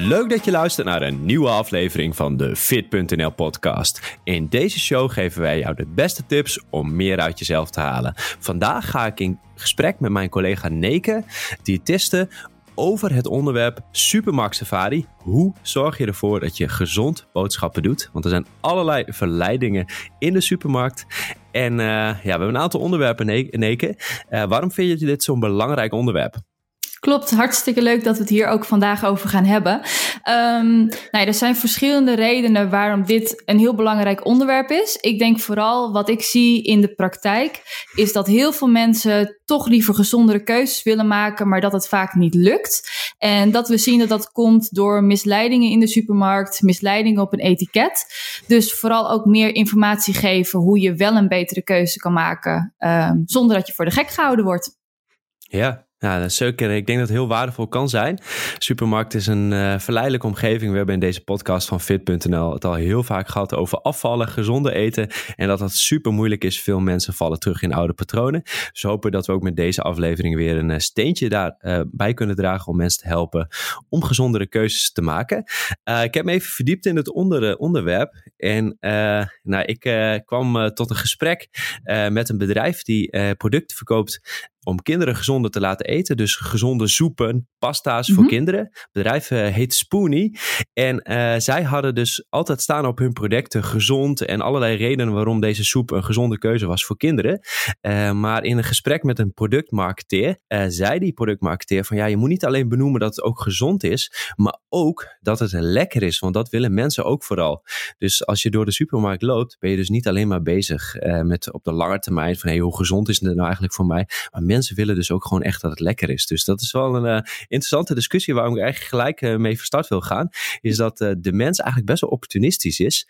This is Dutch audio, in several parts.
Leuk dat je luistert naar een nieuwe aflevering van de Fit.nl podcast. In deze show geven wij jou de beste tips om meer uit jezelf te halen. Vandaag ga ik in gesprek met mijn collega Neke, diëtiste, over het onderwerp Supermarkt Safari. Hoe zorg je ervoor dat je gezond boodschappen doet? Want er zijn allerlei verleidingen in de supermarkt. En we hebben een aantal onderwerpen, Neke. Waarom vind je dit zo'n belangrijk onderwerp? Klopt, hartstikke leuk dat we het hier ook vandaag over gaan hebben. Er zijn verschillende redenen waarom dit een heel belangrijk onderwerp is. Ik denk vooral wat ik zie in de praktijk is dat heel veel mensen toch liever gezondere keuzes willen maken, maar dat het vaak niet lukt. En dat we zien dat dat komt door misleidingen in de supermarkt, misleidingen op een etiket. Dus vooral ook meer informatie geven hoe je wel een betere keuze kan maken, zonder dat je voor de gek gehouden wordt. Ja, dat is zeker. Ik denk dat het heel waardevol kan zijn. Supermarkt is een verleidelijke omgeving. We hebben in deze podcast van Fit.nl het al heel vaak gehad over afvallen, gezonde eten. En dat super moeilijk is. Veel mensen vallen terug in oude patronen. Dus we hopen dat we ook met deze aflevering weer een steentje daarbij kunnen dragen om mensen te helpen om gezondere keuzes te maken. Ik heb me even verdiept in het onderwerp. En ik kwam tot een gesprek met een bedrijf die producten verkoopt om kinderen gezonder te laten eten. Dus gezonde soepen, pasta's voor kinderen. Het bedrijf heet Spoonie. En zij hadden dus altijd staan op hun producten gezond en allerlei redenen waarom deze soep een gezonde keuze was voor kinderen. Maar in een gesprek met een productmarketeer zei die productmarketeer van je moet niet alleen benoemen dat het ook gezond is, maar ook dat het lekker is. Want dat willen mensen ook vooral. Dus als je door de supermarkt loopt, ben je dus niet alleen maar bezig met op de lange termijn van hoe gezond is het nou eigenlijk voor mij. Maar mensen willen dus ook gewoon echt dat het lekker is. Dus dat is wel een interessante discussie waarom ik eigenlijk gelijk mee van start wil gaan. Is dat de mens eigenlijk best wel opportunistisch is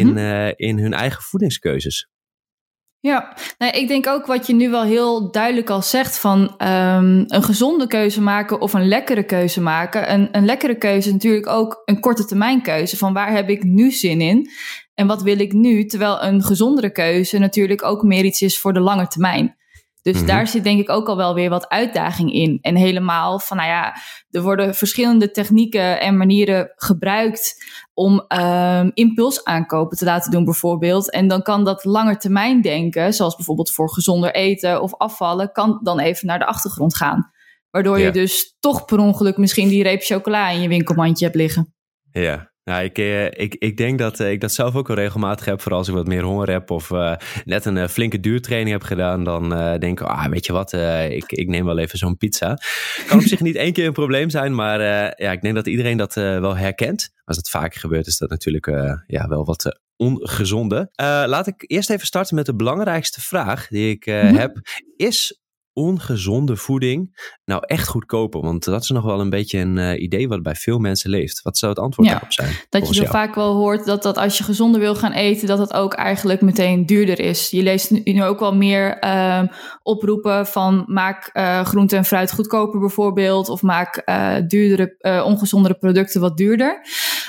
in hun eigen voedingskeuzes. Ja, ik denk ook wat je nu wel heel duidelijk al zegt van een gezonde keuze maken of een lekkere keuze maken. Een lekkere keuze is natuurlijk ook een korte termijn keuze van waar heb ik nu zin in en wat wil ik nu. Terwijl een gezondere keuze natuurlijk ook meer iets is voor de lange termijn. Dus daar zit denk ik ook al wel weer wat uitdaging in. En helemaal van, er worden verschillende technieken en manieren gebruikt om impulsaankopen te laten doen bijvoorbeeld. En dan kan dat langetermijn denken, zoals bijvoorbeeld voor gezonder eten of afvallen, kan dan even naar de achtergrond gaan. Waardoor je dus toch per ongeluk misschien die reep chocola in je winkelmandje hebt liggen. Ja. Nou, ik denk dat ik dat zelf ook wel regelmatig heb. Vooral als ik wat meer honger heb of net een flinke duurtraining heb gedaan. Dan denk ik, weet je wat, ik neem wel even zo'n pizza. Kan op zich niet één keer een probleem zijn. Maar ik denk dat iedereen dat wel herkent. Als het vaker gebeurt is dat natuurlijk wel wat ongezonde. Laat ik eerst even starten met de belangrijkste vraag die ik heb. Is ongezonde voeding nou echt goedkoper? Want dat is nog wel een beetje een idee wat bij veel mensen leeft. Wat zou het antwoord daarop zijn? Dat je zo vaak wel hoort dat als je gezonder wil gaan eten, dat het ook eigenlijk meteen duurder is. Je leest nu ook wel meer oproepen van maak groente en fruit goedkoper bijvoorbeeld. Of maak duurdere, ongezondere producten wat duurder.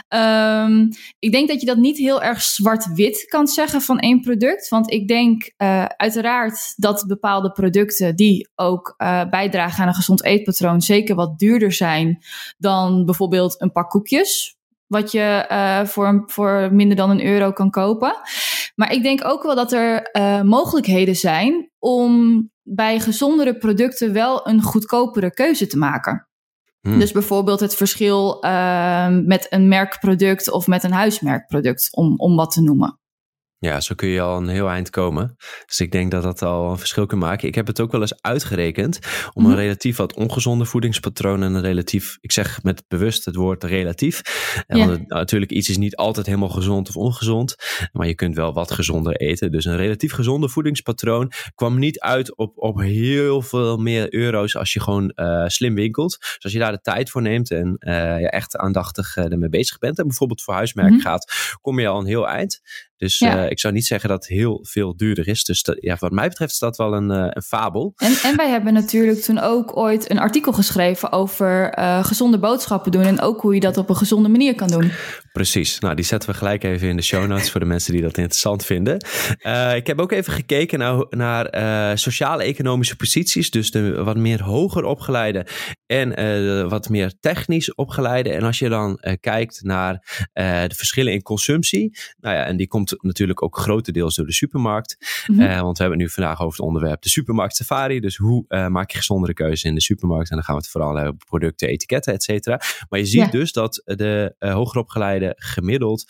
Ik denk dat je dat niet heel erg zwart-wit kan zeggen van één product. Want ik denk uiteraard dat bepaalde producten die ook bijdragen aan een gezond eetpatroon zeker wat duurder zijn dan bijvoorbeeld een pak koekjes. Wat je voor minder dan €1 kan kopen. Maar ik denk ook wel dat er mogelijkheden zijn om bij gezondere producten wel een goedkopere keuze te maken. Dus bijvoorbeeld het verschil met een merkproduct of met een huismerkproduct, om wat te noemen. Ja, zo kun je al een heel eind komen. Dus ik denk dat dat al een verschil kan maken. Ik heb het ook wel eens uitgerekend om een relatief wat ongezonde voedingspatroon en een relatief, ik zeg met bewust het woord relatief. Want natuurlijk iets is niet altijd helemaal gezond of ongezond, maar je kunt wel wat gezonder eten. Dus een relatief gezonde voedingspatroon kwam niet uit op heel veel meer euro's als je gewoon slim winkelt. Dus als je daar de tijd voor neemt en echt aandachtig ermee bezig bent en bijvoorbeeld voor huismerk gaat, kom je al een heel eind. Dus ik zou niet zeggen dat het heel veel duurder is. Dus wat mij betreft is dat wel een fabel. En wij hebben natuurlijk toen ook ooit een artikel geschreven over gezonde boodschappen doen. En ook hoe je dat op een gezonde manier kan doen. Precies. Nou, die zetten we gelijk even in de show notes voor de mensen die dat interessant vinden. Ik heb ook even gekeken naar sociaal-economische posities. Dus de wat meer hoger opgeleide en wat meer technisch opgeleide. En als je dan kijkt naar de verschillen in consumptie. Nou ja, en die komt natuurlijk ook grotendeels door de supermarkt. Mm-hmm. Want we hebben het nu vandaag over het onderwerp de supermarkt safari. Dus hoe maak je gezondere keuzes in de supermarkt? En dan gaan we het vooral hebben over producten, etiketten, et cetera. Maar je ziet dus dat de hoger opgeleide gemiddeld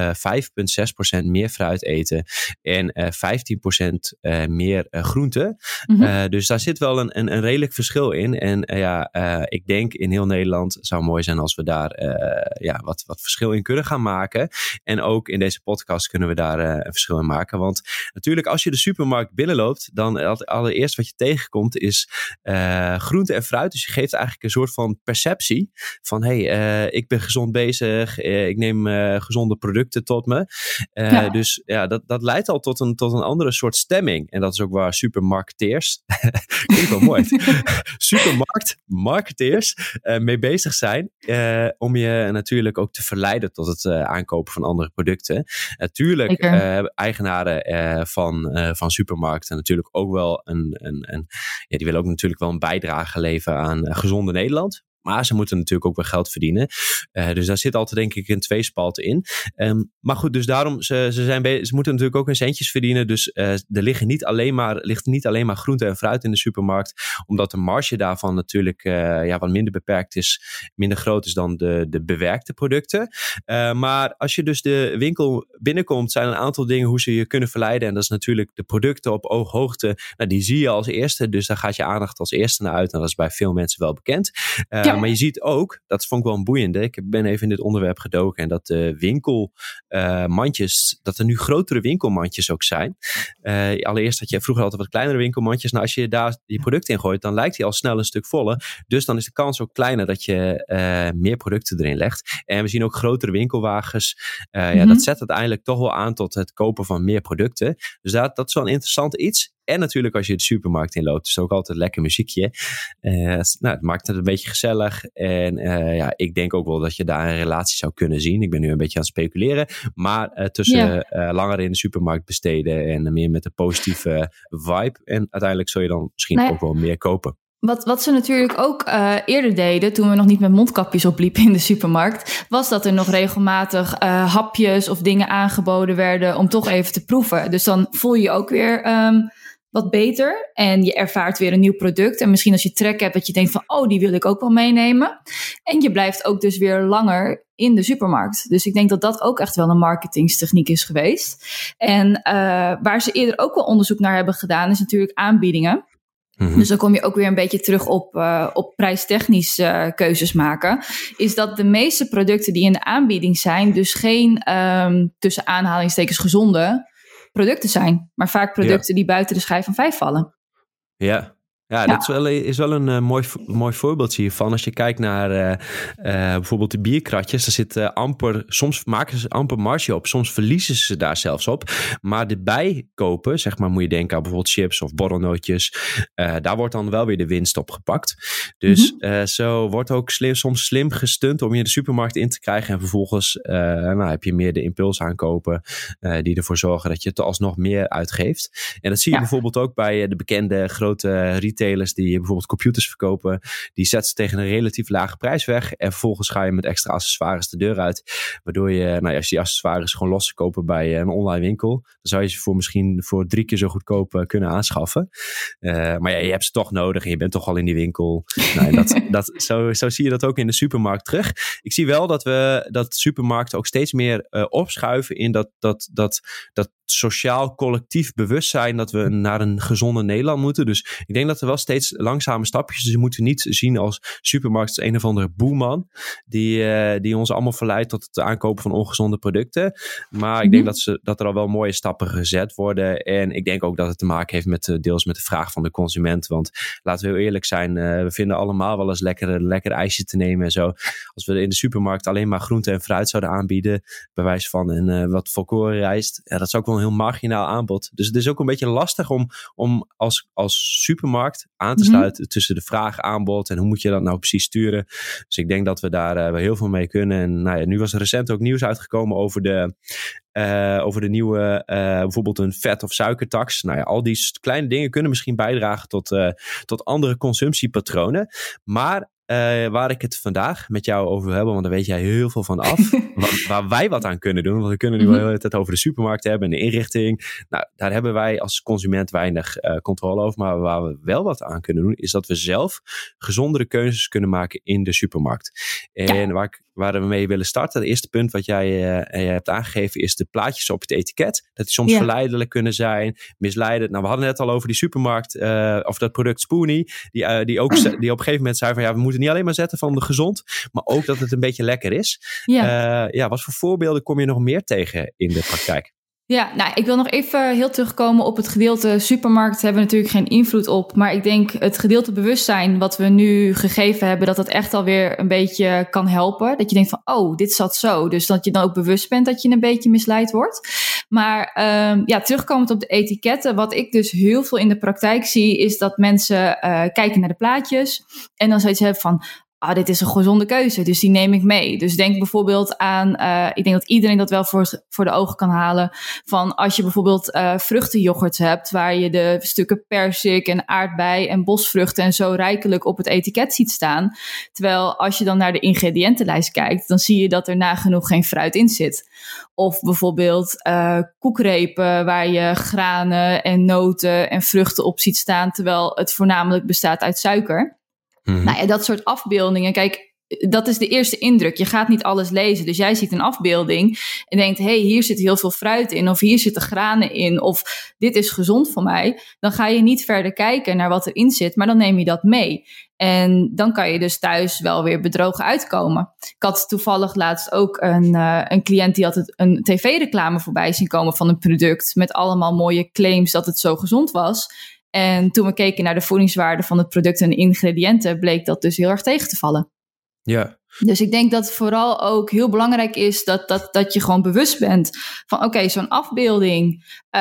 5,6% meer fruit eten en 15% meer groenten. Mm-hmm. Dus daar zit wel een redelijk verschil in. En ik denk in heel Nederland zou mooi zijn als we daar wat verschil in kunnen gaan maken. En ook in deze podcast kunnen we daar een verschil in maken. Want natuurlijk als je de supermarkt binnenloopt, dan het allereerst wat je tegenkomt is groente en fruit. Dus je geeft eigenlijk een soort van perceptie van ik ben gezond bezig, ik neem gezonde producten tot me. Dus dat leidt al tot een andere soort stemming. En dat is ook waar supermarketeers, klinkt wel mooi, supermarktmarketeers mee bezig zijn. Om je natuurlijk ook te verleiden tot het aankopen van andere producten. Natuurlijk eigenaren van supermarkten natuurlijk ook wel die willen ook natuurlijk wel een bijdrage leveren aan gezonde Nederland. Maar ze moeten natuurlijk ook wel geld verdienen. Dus daar zit altijd denk ik een tweespalt in. Maar goed, dus daarom, ze moeten natuurlijk ook hun centjes verdienen. Dus er ligt niet alleen maar groente en fruit in de supermarkt. Omdat de marge daarvan natuurlijk wat minder beperkt is. Minder groot is dan de bewerkte producten. Maar als je dus de winkel binnenkomt, zijn er een aantal dingen hoe ze je kunnen verleiden. En dat is natuurlijk de producten op ooghoogte. Nou, die zie je als eerste. Dus daar gaat je aandacht als eerste naar uit. En dat is bij veel mensen wel bekend. Maar je ziet ook, dat vond ik wel een boeiende. Ik ben even in dit onderwerp gedoken. En dat de winkelmandjes, dat er nu grotere winkelmandjes ook zijn. Allereerst had je vroeger altijd wat kleinere winkelmandjes. Nou, als je daar die producten in gooit, dan lijkt die al snel een stuk voller. Dus dan is de kans ook kleiner dat je meer producten erin legt. En we zien ook grotere winkelwagens. Dat zet uiteindelijk toch wel aan tot het kopen van meer producten. Dus dat is wel een interessant iets. En natuurlijk als je de supermarkt inloopt, is het ook altijd lekker muziekje. Het maakt het een beetje gezellig. En ik denk ook wel dat je daar een relatie zou kunnen zien. Ik ben nu een beetje aan het speculeren. Maar tussen langer in de supermarkt besteden en meer met een positieve vibe. En uiteindelijk zul je dan misschien ook wel meer kopen. Wat ze natuurlijk ook eerder deden, toen we nog niet met mondkapjes opliepen in de supermarkt, was dat er nog regelmatig hapjes of dingen aangeboden werden om toch even te proeven. Dus dan voel je je ook weer wat beter en je ervaart weer een nieuw product. En misschien als je trek hebt dat je denkt van, die wil ik ook wel meenemen. En je blijft ook dus weer langer in de supermarkt. Dus ik denk dat dat ook echt wel een marketingstechniek is geweest. En waar ze eerder ook wel onderzoek naar hebben gedaan, is natuurlijk aanbiedingen. Mm-hmm. Dus dan kom je ook weer een beetje terug op prijstechnisch keuzes maken. Is dat de meeste producten die in de aanbieding zijn, dus geen tussen aanhalingstekens gezonde producten zijn. Maar vaak producten die buiten de schijf van 5 vallen. Ja. Ja, dat is wel een mooi voorbeeldje hiervan. Als je kijkt naar bijvoorbeeld de bierkratjes, daar zit soms maken ze amper marge op, soms verliezen ze daar zelfs op. Maar de bijkopen, zeg maar, moet je denken aan bijvoorbeeld chips of borrelnootjes, daar wordt dan wel weer de winst op gepakt. Dus zo wordt ook soms slim gestunt om je de supermarkt in te krijgen en vervolgens heb je meer de impuls aankopen die ervoor zorgen dat je het alsnog meer uitgeeft. En dat zie je bijvoorbeeld ook bij de bekende grote retailers die bijvoorbeeld computers verkopen, die zetten ze tegen een relatief lage prijs weg en vervolgens ga je met extra accessoires de deur uit, waardoor je, als je die accessoires gewoon los kopen bij een online winkel, dan zou je ze misschien voor 3 keer zo goedkoop kunnen aanschaffen. Maar je hebt ze toch nodig en je bent toch al in die winkel. Zo zie je dat ook in de supermarkt terug. Ik zie wel dat supermarkten ook steeds meer opschuiven in dat sociaal collectief bewustzijn dat we naar een gezonde Nederland moeten. Dus ik denk dat er wel steeds langzame stapjes. Dus je moet niet zien als supermarkt als een of andere boeman die ons allemaal verleidt tot het aankopen van ongezonde producten. Maar ik denk dat er al wel mooie stappen gezet worden. En ik denk ook dat het te maken heeft met deels met de vraag van de consument. Want laten we heel eerlijk zijn, we vinden allemaal wel eens lekker ijsje te nemen en zo. Als we in de supermarkt alleen maar groente en fruit zouden aanbieden, bij wijze van wat volkorenrijst, dat zou ik wel een heel marginaal aanbod. Dus het is ook een beetje lastig om als supermarkt aan te sluiten tussen de vraag, aanbod en hoe moet je dat nou precies sturen. Dus ik denk dat we daar heel veel mee kunnen. En nou ja, nu was er recent ook nieuws uitgekomen over de nieuwe, bijvoorbeeld een vet- of suikertax. Nou ja, al die kleine dingen kunnen misschien bijdragen tot andere consumptiepatronen. Maar waar ik het vandaag met jou over wil hebben, want daar weet jij heel veel van af, waar wij wat aan kunnen doen. Want we kunnen nu wel de hele tijd over de supermarkt hebben en de inrichting. Nou, daar hebben wij als consument weinig controle over. Maar waar we wel wat aan kunnen doen, is dat we zelf gezondere keuzes kunnen maken in de supermarkt. En waar we mee willen starten, het eerste punt wat jij hebt aangegeven, is de plaatjes op het etiket. Dat die soms verleidelijk kunnen zijn, misleidend. Nou, we hadden net al over die supermarkt, of dat product Spoonie, die op een gegeven moment zei van, we moeten niet alleen maar zetten van de gezond, maar ook dat het een beetje lekker is. Wat voor voorbeelden kom je nog meer tegen in de praktijk? Ja, nou, ik wil nog even heel terugkomen op het gedeelte supermarkt. Hebben we natuurlijk geen invloed op. Maar ik denk het gedeelte bewustzijn wat we nu gegeven hebben, dat echt alweer een beetje kan helpen. Dat je denkt van, dit zat zo. Dus dat je dan ook bewust bent dat je een beetje misleid wordt. Maar terugkomend op de etiketten. Wat ik dus heel veel in de praktijk zie, is dat mensen kijken naar de plaatjes. En dan zoiets hebben van, dit is een gezonde keuze, dus die neem ik mee. Dus denk bijvoorbeeld aan, ik denk dat iedereen dat wel voor de ogen kan halen, van als je bijvoorbeeld vruchtenyoghurt hebt, waar je de stukken persik en aardbei en bosvruchten en zo rijkelijk op het etiket ziet staan. Terwijl als je dan naar de ingrediëntenlijst kijkt, dan zie je dat er nagenoeg geen fruit in zit. Of bijvoorbeeld koekrepen waar je granen en noten en vruchten op ziet staan, terwijl het voornamelijk bestaat uit suiker. Nou ja, dat soort afbeeldingen. Kijk, dat is de eerste indruk. Je gaat niet alles lezen. Dus jij ziet een afbeelding en denkt, hier zit heel veel fruit in. Of hier zitten granen in. Of dit is gezond voor mij. Dan ga je niet verder kijken naar wat erin zit. Maar dan neem je dat mee. En dan kan je dus thuis wel weer bedrogen uitkomen. Ik had toevallig laatst ook een cliënt die had een tv-reclame voorbij zien komen van een product. Met allemaal mooie claims dat het zo gezond was. En toen we keken naar de voedingswaarde van het product en de ingrediënten, bleek dat dus heel erg tegen te vallen. Ja. Dus ik denk dat het vooral ook heel belangrijk is dat je gewoon bewust bent van zo'n afbeelding,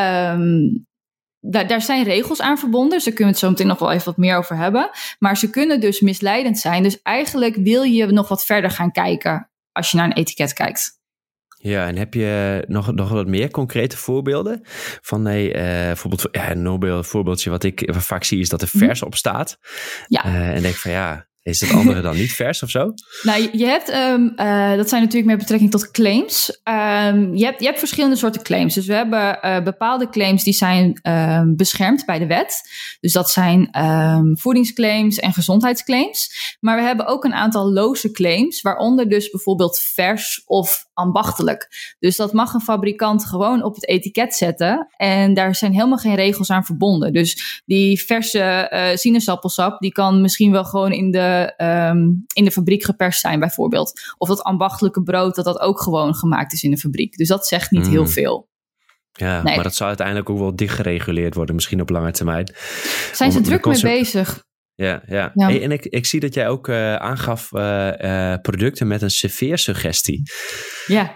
daar zijn regels aan verbonden. Dus daar kunnen we het zo meteen nog wel even wat meer over hebben. Maar ze kunnen dus misleidend zijn. Dus eigenlijk wil je nog wat verder gaan kijken als je naar een etiket kijkt. Ja, en heb je nog wat meer concrete voorbeelden? Van bijvoorbeeld een voorbeeldje wat ik vaak zie is dat er vers op staat. Ja. En denk van is het andere dan niet vers of zo? Nou, je hebt, dat zijn natuurlijk met betrekking tot claims. Je hebt verschillende soorten claims. Dus we hebben bepaalde claims die zijn beschermd bij de wet. Dus dat zijn voedingsclaims en gezondheidsclaims. Maar we hebben ook een aantal loze claims, waaronder dus bijvoorbeeld vers of ambachtelijk. Dus dat mag een fabrikant gewoon op het etiket zetten. En daar zijn helemaal geen regels aan verbonden. Dus die verse sinaasappelsap, die kan misschien wel gewoon in de fabriek geperst zijn bijvoorbeeld. Of dat ambachtelijke brood, dat ook gewoon gemaakt is in de fabriek. Dus dat zegt niet heel veel. Ja, maar dat zou uiteindelijk ook wel dicht gereguleerd worden, misschien op lange termijn. Zijn ze druk mee bezig? Ja. Hey, en ik zie dat jij ook aangaf producten met een serveersuggestie. Ja.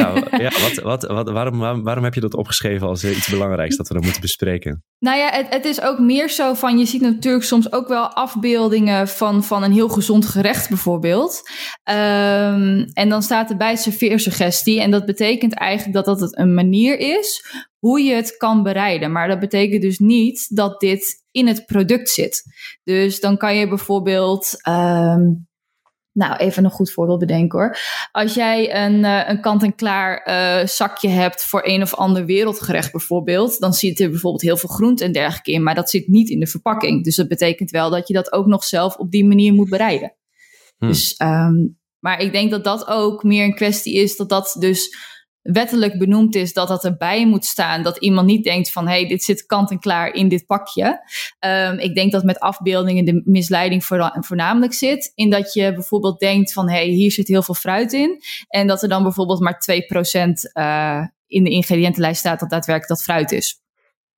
Waarom heb je dat opgeschreven als iets belangrijks dat we dan moeten bespreken? Nou ja, het is ook meer zo van, je ziet natuurlijk soms ook wel afbeeldingen van een heel gezond gerecht bijvoorbeeld. En dan staat erbij serveersuggestie. En dat betekent eigenlijk dat het een manier is hoe je het kan bereiden. Maar dat betekent dus niet dat dit in het product zit. Dus dan kan je bijvoorbeeld, even een goed voorbeeld bedenken hoor. Als jij een kant-en-klaar zakje hebt voor een of ander wereldgerecht bijvoorbeeld, dan zit er bijvoorbeeld heel veel groente en dergelijke in, maar dat zit niet in de verpakking. Dus dat betekent wel dat je dat ook nog zelf op die manier moet bereiden. Dus, maar ik denk dat dat ook meer een kwestie is dat dus wettelijk benoemd is dat erbij moet staan. Dat iemand niet denkt van, dit zit kant en klaar in dit pakje. Ik denk dat met afbeeldingen de misleiding voornamelijk zit. In dat je bijvoorbeeld denkt van, hier zit heel veel fruit in. En dat er dan bijvoorbeeld maar 2% in de ingrediëntenlijst staat dat daadwerkelijk dat fruit is.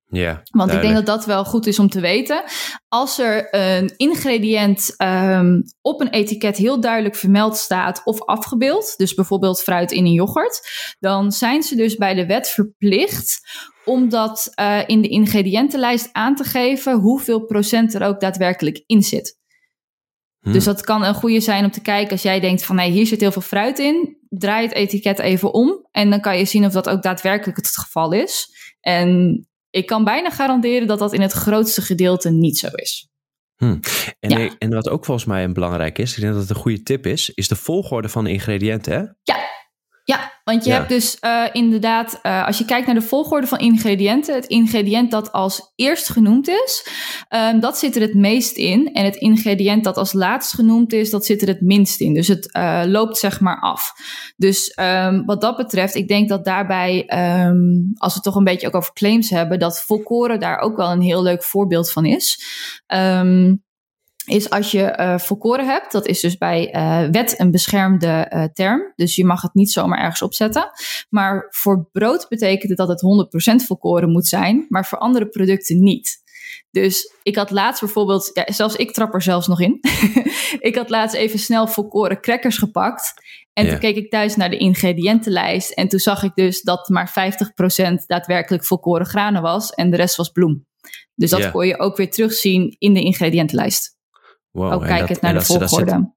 Ja, want ik denk dat dat wel goed is om te weten. Als er een ingrediënt op een etiket heel duidelijk vermeld staat of afgebeeld, dus bijvoorbeeld fruit in een yoghurt, dan zijn ze dus bij de wet verplicht om dat in de ingrediëntenlijst aan te geven hoeveel procent er ook daadwerkelijk in zit. Dus dat kan een goede zijn om te kijken als jij denkt van nee, hier zit heel veel fruit in. Draai het etiket even om en dan kan je zien of dat ook daadwerkelijk het geval is. En ik kan bijna garanderen dat dat in het grootste gedeelte niet zo is. En wat ook volgens mij belangrijk is, ik denk dat het een goede tip is de volgorde van de ingrediënten, hè? Ja, want je hebt dus inderdaad, als je kijkt naar de volgorde van ingrediënten, het ingrediënt dat als eerst genoemd is, dat zit er het meest in. En het ingrediënt dat als laatst genoemd is, dat zit er het minst in. Dus het loopt zeg maar af. Dus wat dat betreft, ik denk dat daarbij, als we het toch een beetje ook over claims hebben, dat volkoren daar ook wel een heel leuk voorbeeld van is. Is als je volkoren hebt, dat is dus bij wet een beschermde term. Dus je mag het niet zomaar ergens opzetten. Maar voor brood betekent het dat het 100% volkoren moet zijn, maar voor andere producten niet. Dus ik had laatst bijvoorbeeld, zelfs ik trap er zelfs nog in. Ik had laatst even snel volkoren crackers gepakt. En toen keek ik thuis naar de ingrediëntenlijst. En toen zag ik dus dat maar 50% daadwerkelijk volkoren granen was. En de rest was bloem. Dus dat kon je ook weer terugzien in de ingrediëntenlijst. Wow, ook kijkend naar de volgorde.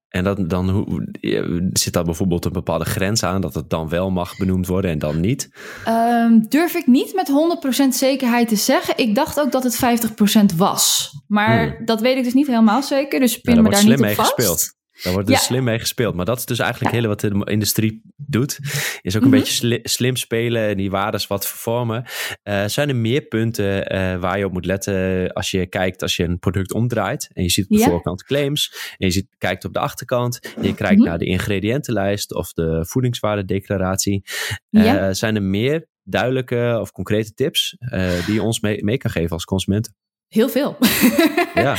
Zit daar bijvoorbeeld een bepaalde grens aan dat het dan wel mag benoemd worden en dan niet? Durf ik niet met 100% zekerheid te zeggen. Ik dacht ook dat het 50% was. Maar dat weet ik dus niet helemaal zeker. Dus pin me daar niet op vast. Gespeeld. Daar wordt dus slim mee gespeeld. Maar dat is dus eigenlijk heel wat de industrie doet. Is ook een beetje slim spelen en die waardes wat vervormen. Zijn er meer punten waar je op moet letten als je kijkt, als je een product omdraait. En je ziet op de voorkant claims. En je kijkt op de achterkant. En je kijkt naar de ingrediëntenlijst of de voedingswaardedeclaratie. Zijn er meer duidelijke of concrete tips die je ons mee kan geven als consumenten? Heel veel. Ja,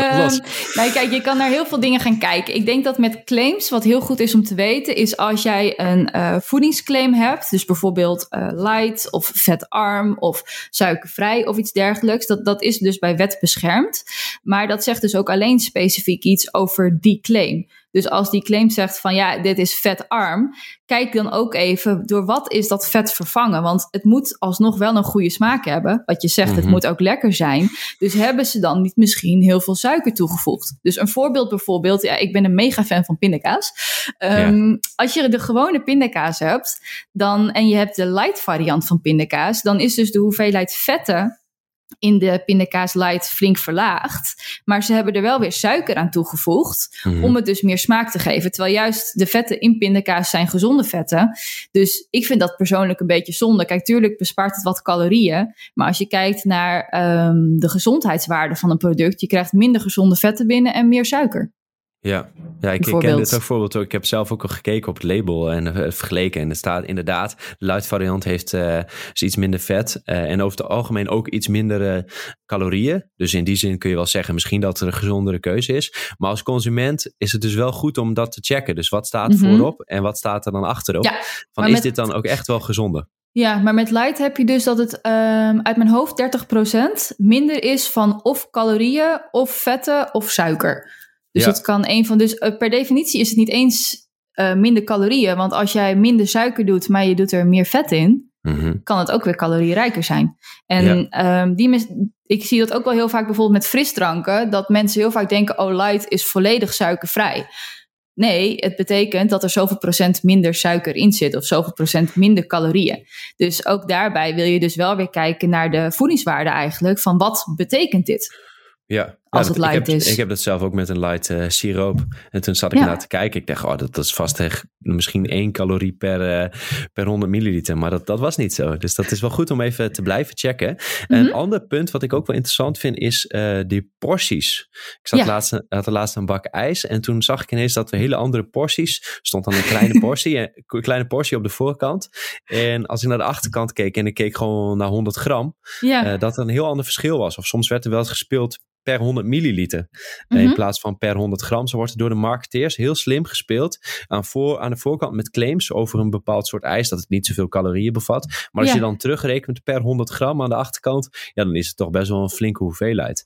kijk, je kan naar heel veel dingen gaan kijken. Ik denk dat met claims, wat heel goed is om te weten, is als jij een voedingsclaim hebt, dus bijvoorbeeld light of vetarm of suikervrij of iets dergelijks, dat is dus bij wet beschermd. Maar dat zegt dus ook alleen specifiek iets over die claim. Dus als die claim zegt van ja, dit is vetarm, kijk dan ook even door wat is dat vet vervangen. Want het moet alsnog wel een goede smaak hebben. Wat je zegt, het moet ook lekker zijn. Dus hebben ze dan niet misschien heel veel suiker toegevoegd? Dus een voorbeeld bijvoorbeeld, ik ben een mega fan van pindakaas. Als je de gewone pindakaas hebt en je hebt de light variant van pindakaas, dan is dus de hoeveelheid vetten in de pindakaas light flink verlaagd. Maar ze hebben er wel weer suiker aan toegevoegd om het dus meer smaak te geven. Terwijl juist de vetten in pindakaas zijn gezonde vetten. Dus ik vind dat persoonlijk een beetje zonde. Kijk, tuurlijk bespaart het wat calorieën. Maar als je kijkt naar de gezondheidswaarde van een product, je krijgt minder gezonde vetten binnen en meer suiker. Ja, ik ken dit ook voorbeeld. Ik heb zelf ook al gekeken op het label en vergeleken. En er staat inderdaad, de light variant heeft iets minder vet. En over het algemeen ook iets minder calorieën. Dus in die zin kun je wel zeggen misschien dat er een gezondere keuze is. Maar als consument is het dus wel goed om dat te checken. Dus wat staat voorop en wat staat er dan achterop? Ja, is dit dan ook echt wel gezonder? Ja, maar met light heb je dus dat het uit mijn hoofd 30% minder is van of calorieën of vetten of suiker. Dus het kan dus per definitie is het niet eens minder calorieën. Want als jij minder suiker doet, maar je doet er meer vet in, kan het ook weer calorierijker zijn. En ik zie dat ook wel heel vaak bijvoorbeeld met frisdranken, dat mensen heel vaak denken, oh, light is volledig suikervrij. Nee, het betekent dat er zoveel procent minder suiker in zit of zoveel procent minder calorieën. Dus ook daarbij wil je dus wel weer kijken naar de voedingswaarde eigenlijk, van wat betekent dit? Ja, als het light is. Ik heb dat zelf ook met een light siroop. En toen zat ik naar te kijken. Ik dacht, dat is vast echt misschien 1 calorie per 100 milliliter. Maar dat was niet zo. Dus dat is wel goed om even te blijven checken. Een ander punt wat ik ook wel interessant vind is die porties. Ik had de laatste een bak ijs. En toen zag ik ineens dat we hele andere porties. Stond dan een kleine portie op de voorkant. En als ik naar de achterkant keek en ik keek gewoon naar 100 gram. Dat er een heel ander verschil was. Of soms werd er wel eens gespeeld per 100 100 milliliter. In plaats van per 100 gram. Zo wordt het door de marketeers heel slim gespeeld. Aan de voorkant met claims over een bepaald soort ijs. Dat het niet zoveel calorieën bevat. Maar als je dan terugrekent per 100 gram aan de achterkant. Ja, dan is het toch best wel een flinke hoeveelheid.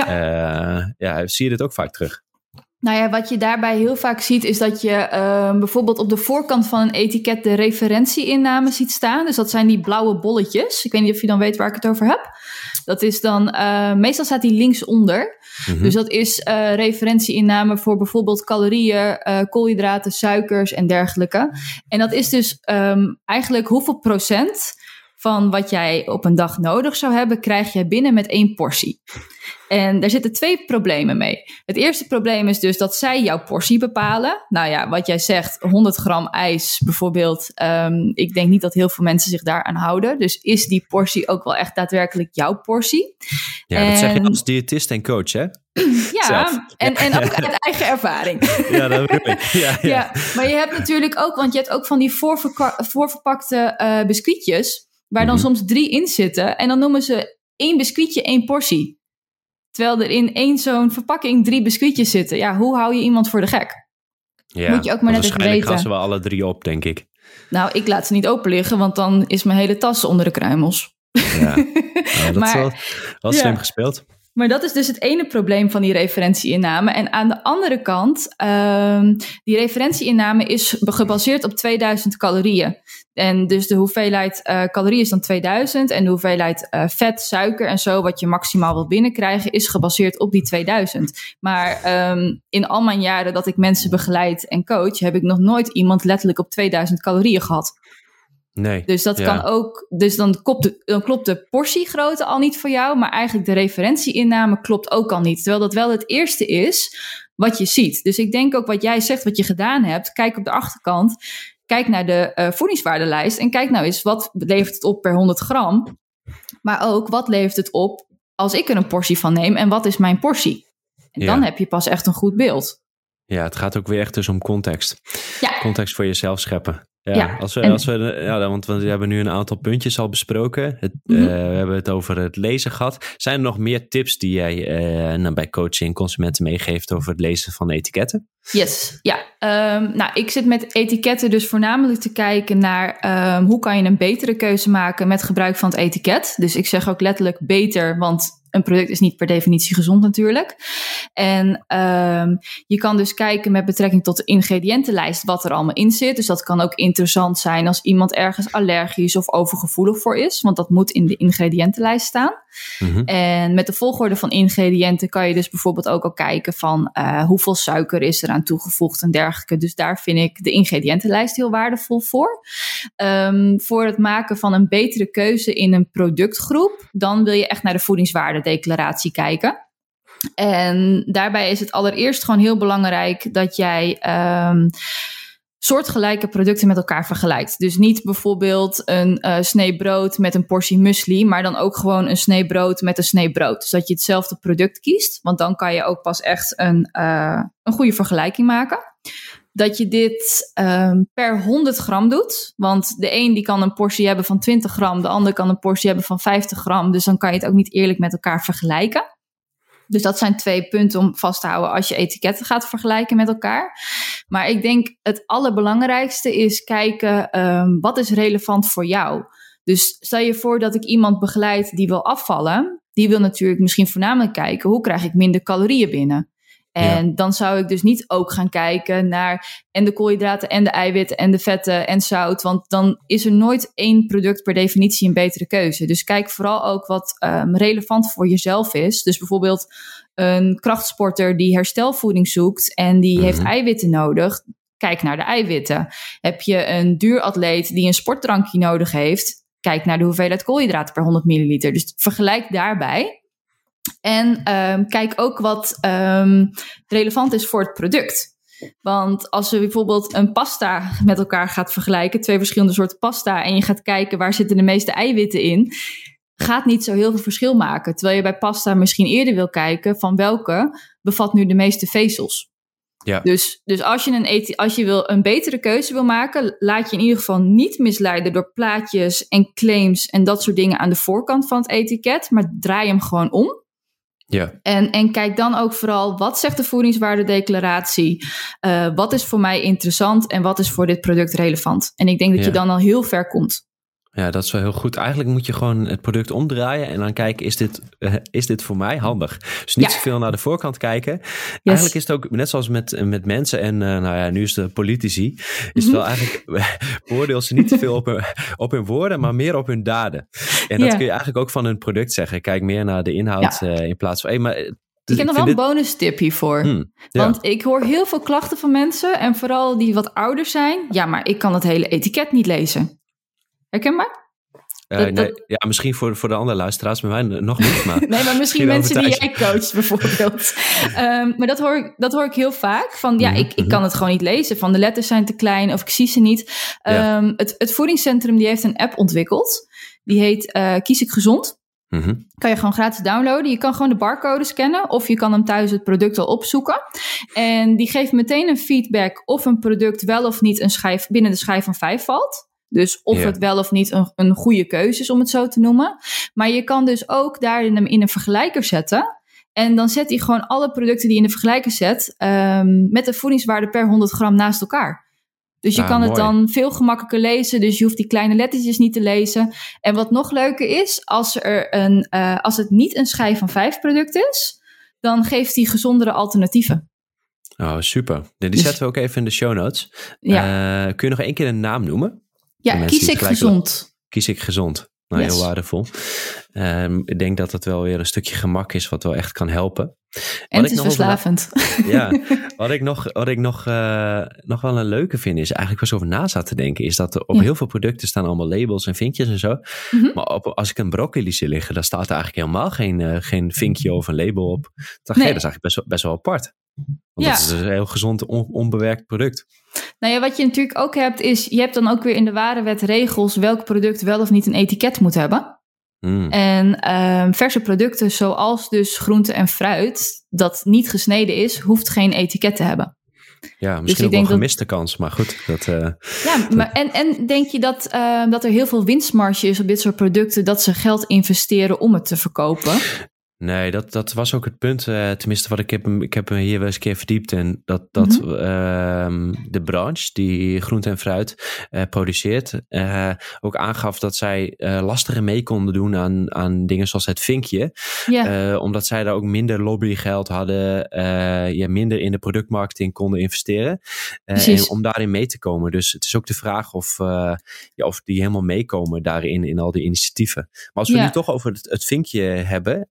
Zie je dit ook vaak terug? Nou ja, wat je daarbij heel vaak ziet is dat je bijvoorbeeld op de voorkant van een etiket de referentieinname ziet staan. Dus dat zijn die blauwe bolletjes. Ik weet niet of je dan weet waar ik het over heb. Dat is dan, meestal staat die linksonder. Dus dat is referentieinname voor bijvoorbeeld calorieën, koolhydraten, suikers en dergelijke. En dat is dus eigenlijk hoeveel procent van wat jij op een dag nodig zou hebben, krijg jij binnen met 1 portie. En daar zitten 2 problemen mee. Het eerste probleem is dus dat zij jouw portie bepalen. Nou ja, wat jij zegt, 100 gram ijs bijvoorbeeld. Ik denk niet dat heel veel mensen zich daaraan houden. Dus is die portie ook wel echt daadwerkelijk jouw portie? Ja, dat zeg je als diëtist en coach, hè? Ja, en ook uit eigen ervaring. Ja, dat bedoel ik. Ja. Maar je hebt natuurlijk ook, want je hebt ook van die voorverpakte biscuitjes, waar dan soms 3 in zitten. En dan noemen ze 1 biscuitje 1 portie. Terwijl er in 1 zo'n verpakking 3 biscuitjes zitten. Ja, hoe hou je iemand voor de gek? Ja, moet je ook maar net even weten. Waarschijnlijk gaan ze wel alle 3 op, denk ik. Nou, ik laat ze niet open liggen, want dan is mijn hele tas onder de kruimels. Ja, dat is wel slim gespeeld. Maar dat is dus het ene probleem van die referentieinname. En aan de andere kant, die referentieinname is gebaseerd op 2000 calorieën. En dus de hoeveelheid calorieën is dan 2000. En de hoeveelheid vet, suiker en zo, wat je maximaal wil binnenkrijgen, is gebaseerd op die 2000. Maar in al mijn jaren dat ik mensen begeleid en coach, heb ik nog nooit iemand letterlijk op 2000 calorieën gehad. Nee. Dus dat kan ook. Dus dan klopt de portiegrootte al niet voor jou, maar eigenlijk de referentieinname klopt ook al niet. Terwijl dat wel het eerste is wat je ziet. Dus ik denk ook wat jij zegt, wat je gedaan hebt, kijk op de achterkant, kijk naar de voedingswaardelijst en kijk nou eens wat levert het op per 100 gram. Maar ook wat levert het op als ik er een portie van neem en wat is mijn portie? En dan heb je pas echt een goed beeld. Ja, het gaat ook weer echt dus om context. Ja. Context voor jezelf scheppen. Ja, want we hebben nu een aantal puntjes al besproken. We hebben het over het lezen gehad. Zijn er nog meer tips die jij bij coaching en consumenten meegeeft over het lezen van etiketten? Yes, ja. Ik zit met etiketten dus voornamelijk te kijken naar hoe kan je een betere keuze maken met gebruik van het etiket. Dus ik zeg ook letterlijk beter, want een product is niet per definitie gezond natuurlijk. En je kan dus kijken met betrekking tot de ingrediëntenlijst wat er allemaal in zit. Dus dat kan ook interessant zijn als iemand ergens allergisch of overgevoelig voor is. Want dat moet in de ingrediëntenlijst staan. En met de volgorde van ingrediënten kan je dus bijvoorbeeld ook al kijken van hoeveel suiker is er aan toegevoegd en dergelijke. Dus daar vind ik de ingrediëntenlijst heel waardevol voor. Voor het maken van een betere keuze in een productgroep, dan wil je echt naar de voedingswaardedeclaratie kijken. En daarbij is het allereerst gewoon heel belangrijk dat jij soortgelijke producten met elkaar vergelijkt. Dus niet bijvoorbeeld een snee brood met een portie muesli, maar dan ook gewoon een snee brood met een snee brood. Dus dat je hetzelfde product kiest, want dan kan je ook pas echt een goede vergelijking maken. Dat je dit per 100 gram doet. Want de een die kan een portie hebben van 20 gram, de ander kan een portie hebben van 50 gram. Dus dan kan je het ook niet eerlijk met elkaar vergelijken. Dus dat zijn 2 punten om vast te houden als je etiketten gaat vergelijken met elkaar. Maar ik denk het allerbelangrijkste is kijken wat is relevant voor jou. Dus stel je voor dat ik iemand begeleid die wil afvallen. Die wil natuurlijk misschien voornamelijk kijken hoe krijg ik minder calorieën binnen. En dan zou ik dus niet ook gaan kijken naar en de koolhydraten en de eiwitten en de vetten en zout. Want dan is er nooit 1 product per definitie een betere keuze. Dus kijk vooral ook wat relevant voor jezelf is. Dus bijvoorbeeld een krachtsporter die herstelvoeding zoekt en die heeft eiwitten nodig. Kijk naar de eiwitten. Heb je een duuratleet die een sportdrankje nodig heeft? Kijk naar de hoeveelheid koolhydraten per 100 milliliter. Dus vergelijk daarbij. En kijk ook wat relevant is voor het product. Want als je bijvoorbeeld een pasta met elkaar gaat vergelijken, 2 verschillende soorten pasta, en je gaat kijken waar zitten de meeste eiwitten in, gaat niet zo heel veel verschil maken. Terwijl je bij pasta misschien eerder wil kijken van welke bevat nu de meeste vezels. Ja. Dus als je een betere keuze wil maken, laat je in ieder geval niet misleiden door plaatjes en claims en dat soort dingen aan de voorkant van het etiket, maar draai hem gewoon om. Ja. En kijk dan ook vooral, wat zegt de voedingswaardedeclaratie? Wat is voor mij interessant en wat is voor dit product relevant? En ik denk dat je dan al heel ver komt. Ja, dat is wel heel goed. Eigenlijk moet je gewoon het product omdraaien en dan kijken, is dit voor mij handig? Dus niet zoveel naar de voorkant kijken. Yes. Eigenlijk is het ook, net zoals met mensen en nu is de politici, is het wel eigenlijk, beoordeel ze niet te veel op hun woorden, maar meer op hun daden. En dat kun je eigenlijk ook van hun product zeggen. Kijk meer naar de inhoud in plaats van... Ik heb nog wel een bonus tip hiervoor. Want ik hoor heel veel klachten van mensen en vooral die wat ouder zijn. Ja, maar ik kan het hele etiket niet lezen. Herkenbaar? Ja, misschien voor de andere luisteraars, bij mij nog niet. Maar nee, maar misschien mensen die jij coacht bijvoorbeeld. Maar dat hoor ik heel vaak. Van ik kan het gewoon niet lezen. Van de letters zijn te klein of ik zie ze niet. Het voedingscentrum die heeft een app ontwikkeld. Die heet Kies ik gezond. Kan je gewoon gratis downloaden. Je kan gewoon de barcode scannen of je kan hem thuis het product al opzoeken. En die geeft meteen een feedback of een product wel of niet een schijf binnen de schijf van 5 valt. Dus of het wel of niet een goede keuze is om het zo te noemen. Maar je kan dus ook daarin in een vergelijker zetten. En dan zet hij gewoon alle producten die je in de vergelijker zet met de voedingswaarde per 100 gram naast elkaar. Dus je kan het dan veel gemakkelijker lezen. Dus je hoeft die kleine lettertjes niet te lezen. En wat nog leuker is, als het niet een schijf van 5 product is, dan geeft hij gezondere alternatieven. Oh, super. Die zetten we ook even in de show notes. Ja. Kun je nog 1 keer een naam noemen? Ja, Kies ik gezond. Kies ik gezond. Nou, heel waardevol. Ik denk dat het wel weer een stukje gemak is wat wel echt kan helpen. En het is verslavend. Wat ik nog wel een leuke vind is eigenlijk was over na zat te denken, is dat er op heel veel producten staan allemaal labels en vinkjes en zo. Maar als ik een broccoli zie liggen, dan staat er eigenlijk helemaal geen vinkje of een label op. Ik dacht, dat is eigenlijk best wel apart. Want dat is dus een heel gezond, onbewerkt product. Nou ja, wat je natuurlijk ook hebt is, je hebt dan ook weer in de Warenwet regels welk product wel of niet een etiket moet hebben. En verse producten zoals dus groente en fruit, dat niet gesneden is, hoeft geen etiket te hebben. Ja, misschien dus ook wel een gemiste kans, maar goed. En denk je dat er heel veel winstmarge is op dit soort producten, dat ze geld investeren om het te verkopen? Nee, dat was ook het punt. Tenminste, wat ik heb me hier wel eens een keer verdiept. En dat de branche die groente en fruit produceert, ook aangaf dat zij lastiger mee konden doen aan dingen zoals het vinkje. Omdat zij daar ook minder lobbygeld hadden, minder in de productmarketing konden investeren. En om daarin mee te komen. Dus het is ook de vraag of die helemaal meekomen daarin in al die initiatieven. Maar als we nu toch over het vinkje hebben.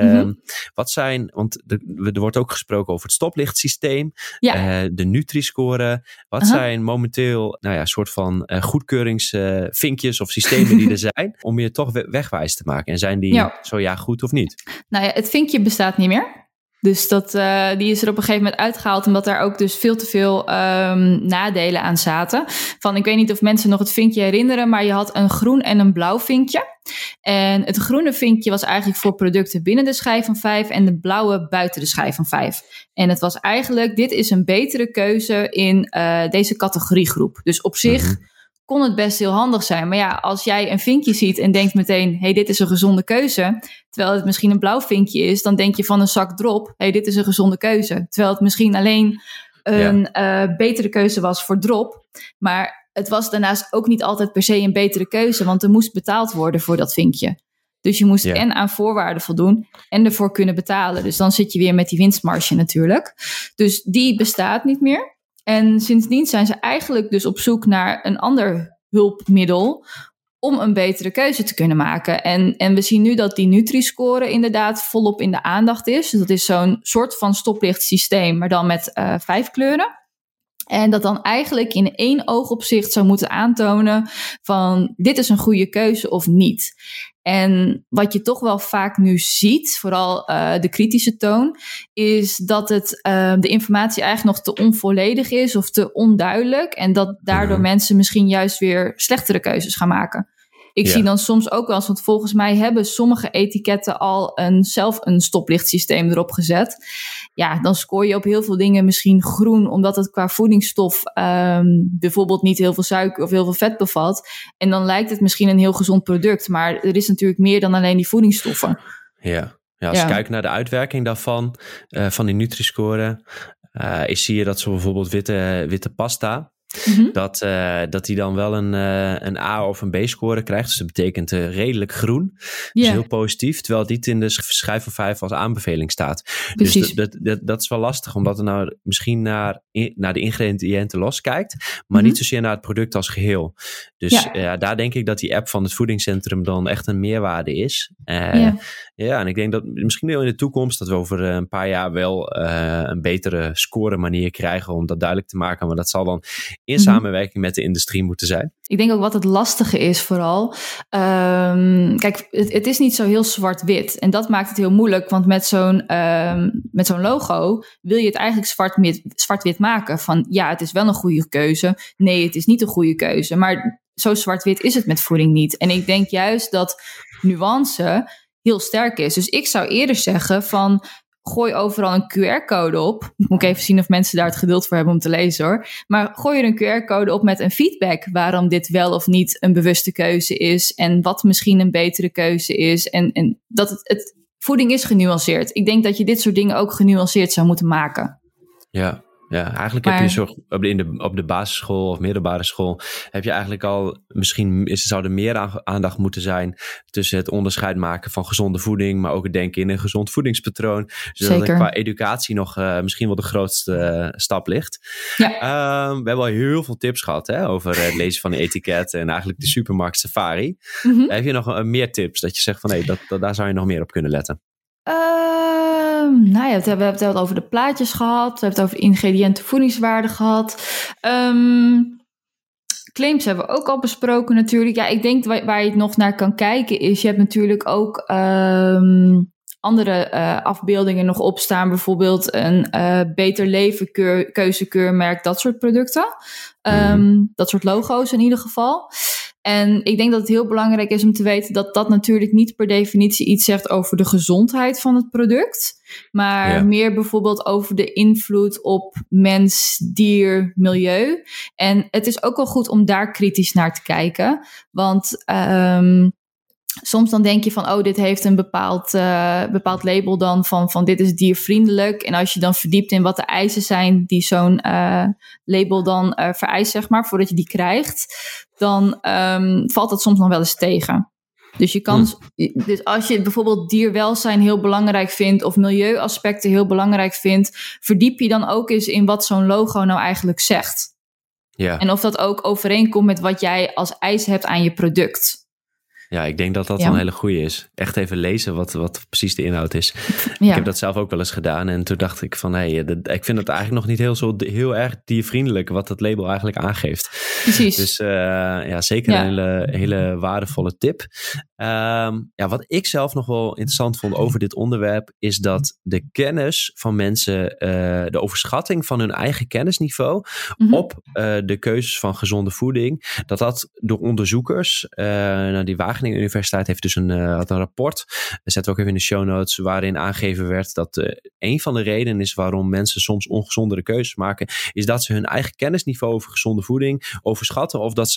Wat zijn, want er wordt ook gesproken over het stoplichtsysteem, de Nutri-score. Wat zijn momenteel soort van goedkeuringsvinkjes of systemen die er zijn om je toch wegwijs te maken? En zijn die goed of niet? Nou ja, het vinkje bestaat niet meer. Dus die is er op een gegeven moment uitgehaald, omdat daar ook dus veel te veel nadelen aan zaten. Ik weet niet of mensen nog het vinkje herinneren, maar je had een groen en een blauw vinkje. En het groene vinkje was eigenlijk voor producten binnen de schijf van 5 en de blauwe buiten de schijf van 5. En het was eigenlijk, dit is een betere keuze in deze categoriegroep. Dus op zich kon het best heel handig zijn. Maar ja, als jij een vinkje ziet en denkt meteen, hey, dit is een gezonde keuze, terwijl het misschien een blauw vinkje is, dan denk je van een zak drop, hey, dit is een gezonde keuze. Terwijl het misschien alleen een betere keuze was voor drop. Maar het was daarnaast ook niet altijd per se een betere keuze, want er moest betaald worden voor dat vinkje. Dus je moest en aan voorwaarden voldoen en ervoor kunnen betalen. Dus dan zit je weer met die winstmarge natuurlijk. Dus die bestaat niet meer. En sindsdien zijn ze eigenlijk dus op zoek naar een ander hulpmiddel om een betere keuze te kunnen maken. En we zien nu dat die Nutri-score inderdaad volop in de aandacht is. Dus dat is zo'n soort van stoplichtsysteem, maar dan met 5 kleuren. En dat dan eigenlijk in 1 oogopzicht zou moeten aantonen van dit is een goede keuze of niet. En wat je toch wel vaak nu ziet, vooral de kritische toon, is dat de informatie eigenlijk nog te onvolledig is of te onduidelijk. En dat daardoor mensen misschien juist weer slechtere keuzes gaan maken. Ik zie dan soms ook wel eens, want volgens mij hebben sommige etiketten al zelf een stoplichtsysteem erop gezet. Ja, dan scoor je op heel veel dingen misschien groen, omdat het qua voedingsstof bijvoorbeeld niet heel veel suiker of heel veel vet bevat. En dan lijkt het misschien een heel gezond product, maar er is natuurlijk meer dan alleen die voedingsstoffen. Ja. Ja, als je kijkt naar de uitwerking daarvan, van die Nutri-score, zie je dat zo bijvoorbeeld witte pasta, dat die dan wel een A of een B-score krijgt. Dus dat betekent redelijk groen. Dus heel positief. Terwijl het niet in de schijf van 5 als aanbeveling staat. Precies. Dus dat is wel lastig. Omdat er nou misschien naar de ingrediënten los kijkt. Maar niet zozeer naar het product als geheel. Dus daar denk ik dat die app van het voedingscentrum dan echt een meerwaarde is. En ik denk dat misschien in de toekomst dat we over een paar jaar wel een betere score manier krijgen om dat duidelijk te maken. Maar dat zal dan in samenwerking met de industrie moeten zijn. Ik denk ook wat het lastige is vooral. Kijk, het is niet zo heel zwart-wit. En dat maakt het heel moeilijk. Want met zo'n logo wil je het eigenlijk zwart-wit maken. Van ja, het is wel een goede keuze. Nee, het is niet een goede keuze. Maar zo zwart-wit is het met voeding niet. En ik denk juist dat nuance heel sterk is. Dus ik zou eerder zeggen van gooi overal een QR-code op. Moet ik even zien of mensen daar het geduld voor hebben om te lezen hoor. Maar gooi er een QR-code op met een feedback waarom dit wel of niet een bewuste keuze is. En wat misschien een betere keuze is. En dat het voeding is genuanceerd. Ik denk dat je dit soort dingen ook genuanceerd zou moeten maken. Ja, eigenlijk heb je op de basisschool of middelbare school heb je eigenlijk al, zou er meer aandacht moeten zijn tussen het onderscheid maken van gezonde voeding, maar ook het denken in een gezond voedingspatroon. Zodat er qua educatie nog misschien wel de grootste stap ligt. Ja. We hebben al heel veel tips gehad over het lezen van de etiket en eigenlijk de supermarkt safari. Heb je nog meer tips dat je zegt van daar zou je nog meer op kunnen letten? We hebben het over de plaatjes gehad. We hebben het over ingrediënten, voedingswaarde gehad. Claims hebben we ook al besproken natuurlijk. Ja, ik denk waar je het nog naar kan kijken is, je hebt natuurlijk ook andere afbeeldingen nog opstaan. Bijvoorbeeld een Beter Leven keuzekeurmerk, dat soort producten. Dat soort logo's in ieder geval. En ik denk dat het heel belangrijk is om te weten dat dat natuurlijk niet per definitie iets zegt over de gezondheid van het product. Maar meer bijvoorbeeld over de invloed op mens, dier, milieu. En het is ook wel goed om daar kritisch naar te kijken. Want soms dan denk je van, dit heeft een bepaald label dan van dit is diervriendelijk. En als je dan verdiept in wat de eisen zijn die zo'n label dan vereist, zeg maar, voordat je die krijgt, dan valt dat soms nog wel eens tegen. Dus je kan, dus als je bijvoorbeeld dierwelzijn heel belangrijk vindt of milieuaspecten heel belangrijk vindt, verdiep je dan ook eens in wat zo'n logo nou eigenlijk zegt. Ja. En of dat ook overeenkomt met wat jij als eis hebt aan je product. Ja, ik denk dat dat een hele goeie is. Echt even lezen wat precies de inhoud is. Ja. Ik heb dat zelf ook wel eens gedaan. En toen dacht ik van, ik vind het eigenlijk nog niet heel erg diervriendelijk wat dat label eigenlijk aangeeft. Precies. Dus zeker een hele waardevolle tip. Wat ik zelf nog wel interessant vond over dit onderwerp is dat de kennis van mensen, de overschatting van hun eigen kennisniveau op de keuzes van gezonde voeding, dat door onderzoekers, die Wageningen Universiteit heeft dus had een rapport, dat zetten we ook even in de show notes, waarin aangegeven werd dat een van de redenen is waarom mensen soms ongezondere keuzes maken, is dat ze hun eigen kennisniveau over gezonde voeding overschatten of dat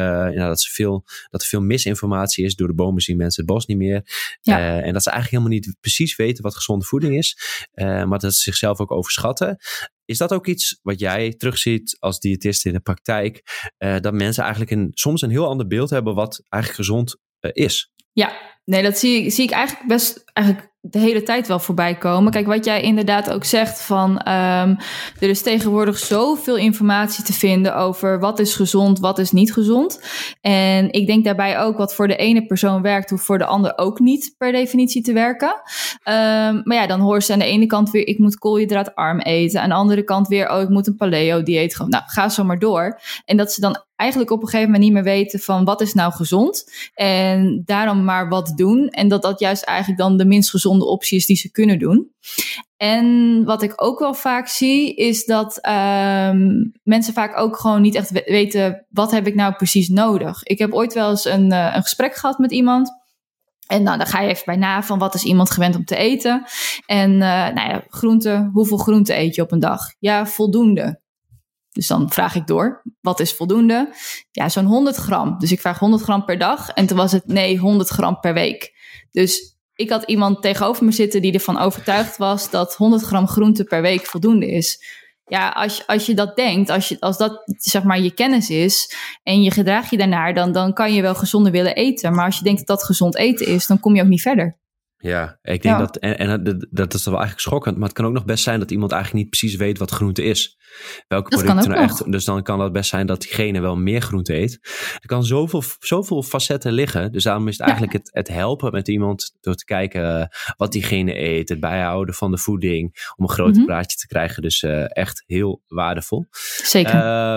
er veel misinformatie is. Door de bomen zien mensen het bos niet meer. Ja. En dat ze eigenlijk helemaal niet precies weten wat gezonde voeding is, maar dat ze zichzelf ook overschatten. Is dat ook iets wat jij terugziet als diëtist in de praktijk? Dat mensen eigenlijk soms een heel ander beeld hebben wat eigenlijk gezond is? Ja, nee, dat zie ik eigenlijk best de hele tijd wel voorbij komen. Kijk, wat jij inderdaad ook zegt van er is tegenwoordig zoveel informatie te vinden over wat is gezond, wat is niet gezond. En ik denk daarbij ook wat voor de ene persoon werkt, hoeft voor de ander ook niet per definitie te werken. Maar dan hoor ze aan de ene kant weer, ik moet koolhydraatarm eten. Aan de andere kant weer, ik moet een paleo-dieet gaan. Nou, ga zo maar door. En dat ze dan eigenlijk op een gegeven moment niet meer weten van wat is nou gezond. En daarom maar wat doen. En dat juist eigenlijk dan de minst gezonde optie is die ze kunnen doen. En wat ik ook wel vaak zie is dat mensen vaak ook gewoon niet echt weten wat heb ik nou precies nodig. Ik heb ooit wel eens een gesprek gehad met iemand. En dan ga je even bij na van wat is iemand gewend om te eten. En groente, hoeveel groente eet je op een dag? Ja, voldoende. Dus dan vraag ik door, wat is voldoende? Ja, zo'n 100 gram. Dus ik vraag 100 gram per dag. En toen was het 100 gram per week. Dus ik had iemand tegenover me zitten die ervan overtuigd was dat 100 gram groente per week voldoende is. Ja, als je dat denkt, als dat zeg maar je kennis is en je gedraagt je daarnaar, dan kan je wel gezonder willen eten. Maar als je denkt dat dat gezond eten is, dan kom je ook niet verder. Ja, ik denk dat, en dat is wel eigenlijk schokkend, maar het kan ook nog best zijn dat iemand eigenlijk niet precies weet wat groente is. Welke dat producten nou echt. Dus dan kan het best zijn dat diegene wel meer groente eet. Er kan zoveel facetten liggen. Dus daarom is het eigenlijk het helpen met iemand door te kijken wat diegene eet, het bijhouden van de voeding, om een groter praatje te krijgen. Dus echt heel waardevol. Zeker.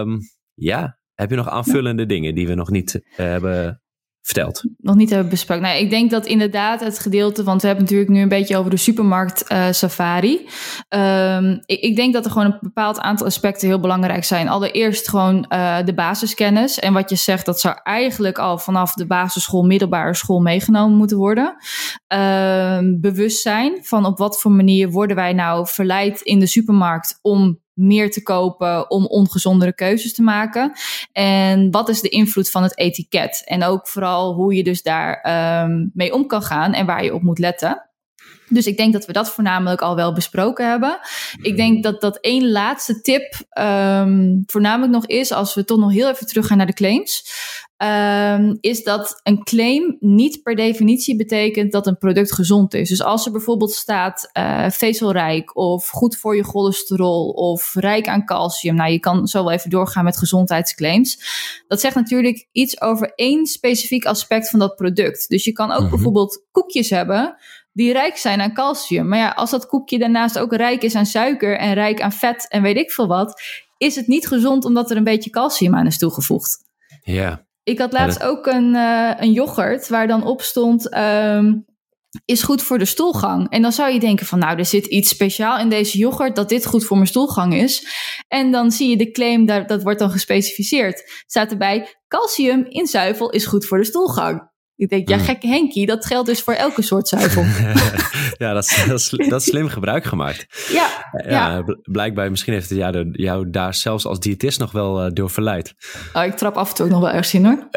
Heb je nog aanvullende dingen die we nog niet hebben verteld? Nog niet hebben besproken. Nou, ik denk dat inderdaad het gedeelte, want we hebben natuurlijk nu een beetje over de supermarkt safari. Ik denk dat er gewoon een bepaald aantal aspecten heel belangrijk zijn. Allereerst gewoon de basiskennis. En wat je zegt, dat zou eigenlijk al vanaf de basisschool, middelbare school meegenomen moeten worden. Bewustzijn van op wat voor manier worden wij nou verleid in de supermarkt om meer te kopen, om ongezondere keuzes te maken. En wat is de invloed van het etiket? En ook vooral hoe je dus daar mee om kan gaan en waar je op moet letten. Dus ik denk dat we dat voornamelijk al wel besproken hebben. Ik denk dat één laatste tip voornamelijk nog is, als we toch nog heel even teruggaan naar de claims, is dat een claim niet per definitie betekent dat een product gezond is. Dus als er bijvoorbeeld staat vezelrijk of goed voor je cholesterol of rijk aan calcium. Nou, je kan zo wel even doorgaan met gezondheidsclaims. Dat zegt natuurlijk iets over één specifiek aspect van dat product. Dus je kan ook bijvoorbeeld koekjes hebben die rijk zijn aan calcium. Maar ja, als dat koekje daarnaast ook rijk is aan suiker en rijk aan vet en weet ik veel wat, is het niet gezond omdat er een beetje calcium aan is toegevoegd. Ja. Ik had laatst ook een yoghurt waar dan op stond, is goed voor de stoelgang. En dan zou je denken van, nou, er zit iets speciaal in deze yoghurt dat dit goed voor mijn stoelgang is. En dan zie je de claim, dat wordt dan gespecificeerd. Staat erbij, calcium in zuivel is goed voor de stoelgang. Ik denk, ja, gekke Henkie, dat geldt dus voor elke soort zuivel. Ja, dat is slim gebruik gemaakt. Ja. Blijkbaar, misschien heeft het jou daar zelfs als diëtist nog wel door verleid. Oh, ik trap af en toe ook nog wel ergens in, hoor.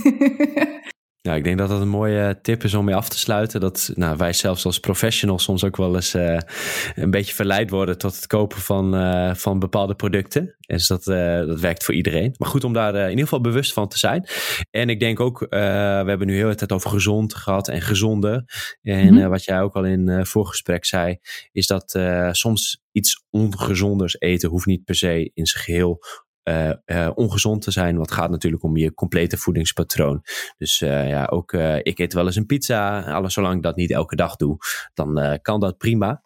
Ja, ik denk dat dat een mooie tip is om mee af te sluiten. Dat wij zelfs als professionals soms ook wel eens een beetje verleid worden tot het kopen van bepaalde producten. Dus dat werkt voor iedereen. Maar goed om daar in ieder geval bewust van te zijn. En ik denk ook, we hebben nu heel de tijd over gezond gehad en gezonde. En wat jij ook al in voorgesprek zei, is dat soms iets ongezonders eten hoeft niet per se in zijn geheel ongezond te zijn. Want het gaat natuurlijk om je complete voedingspatroon. Dus ik eet wel eens een pizza. Zolang ik dat niet elke dag doe, dan kan dat prima.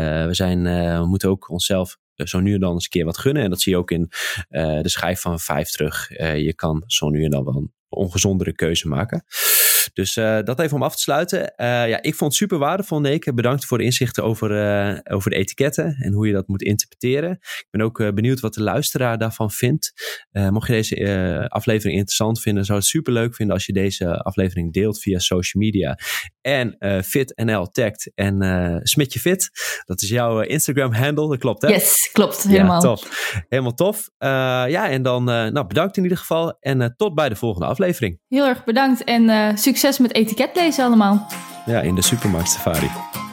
We moeten ook onszelf zo nu en dan eens een keer wat gunnen. En dat zie je ook in de schijf van 5 terug. Je kan zo nu en dan wel een ongezondere keuze maken. Dus dat even om af te sluiten. Ik vond het super waardevol, Neke. Bedankt voor de inzichten over de etiketten en hoe je dat moet interpreteren. Ik ben ook benieuwd wat de luisteraar daarvan vindt. Mocht je deze aflevering interessant vinden, zou het super leuk vinden als je deze aflevering deelt via social media. En FitNL tagt en Smitje Fit. Dat is jouw Instagram handle, dat klopt hè? Yes, klopt. Helemaal. Ja, tof. Helemaal tof. En dan bedankt in ieder geval. En tot bij de volgende aflevering. Heel erg bedankt en succes met etiketlezen allemaal. Ja, in de supermarkt safari.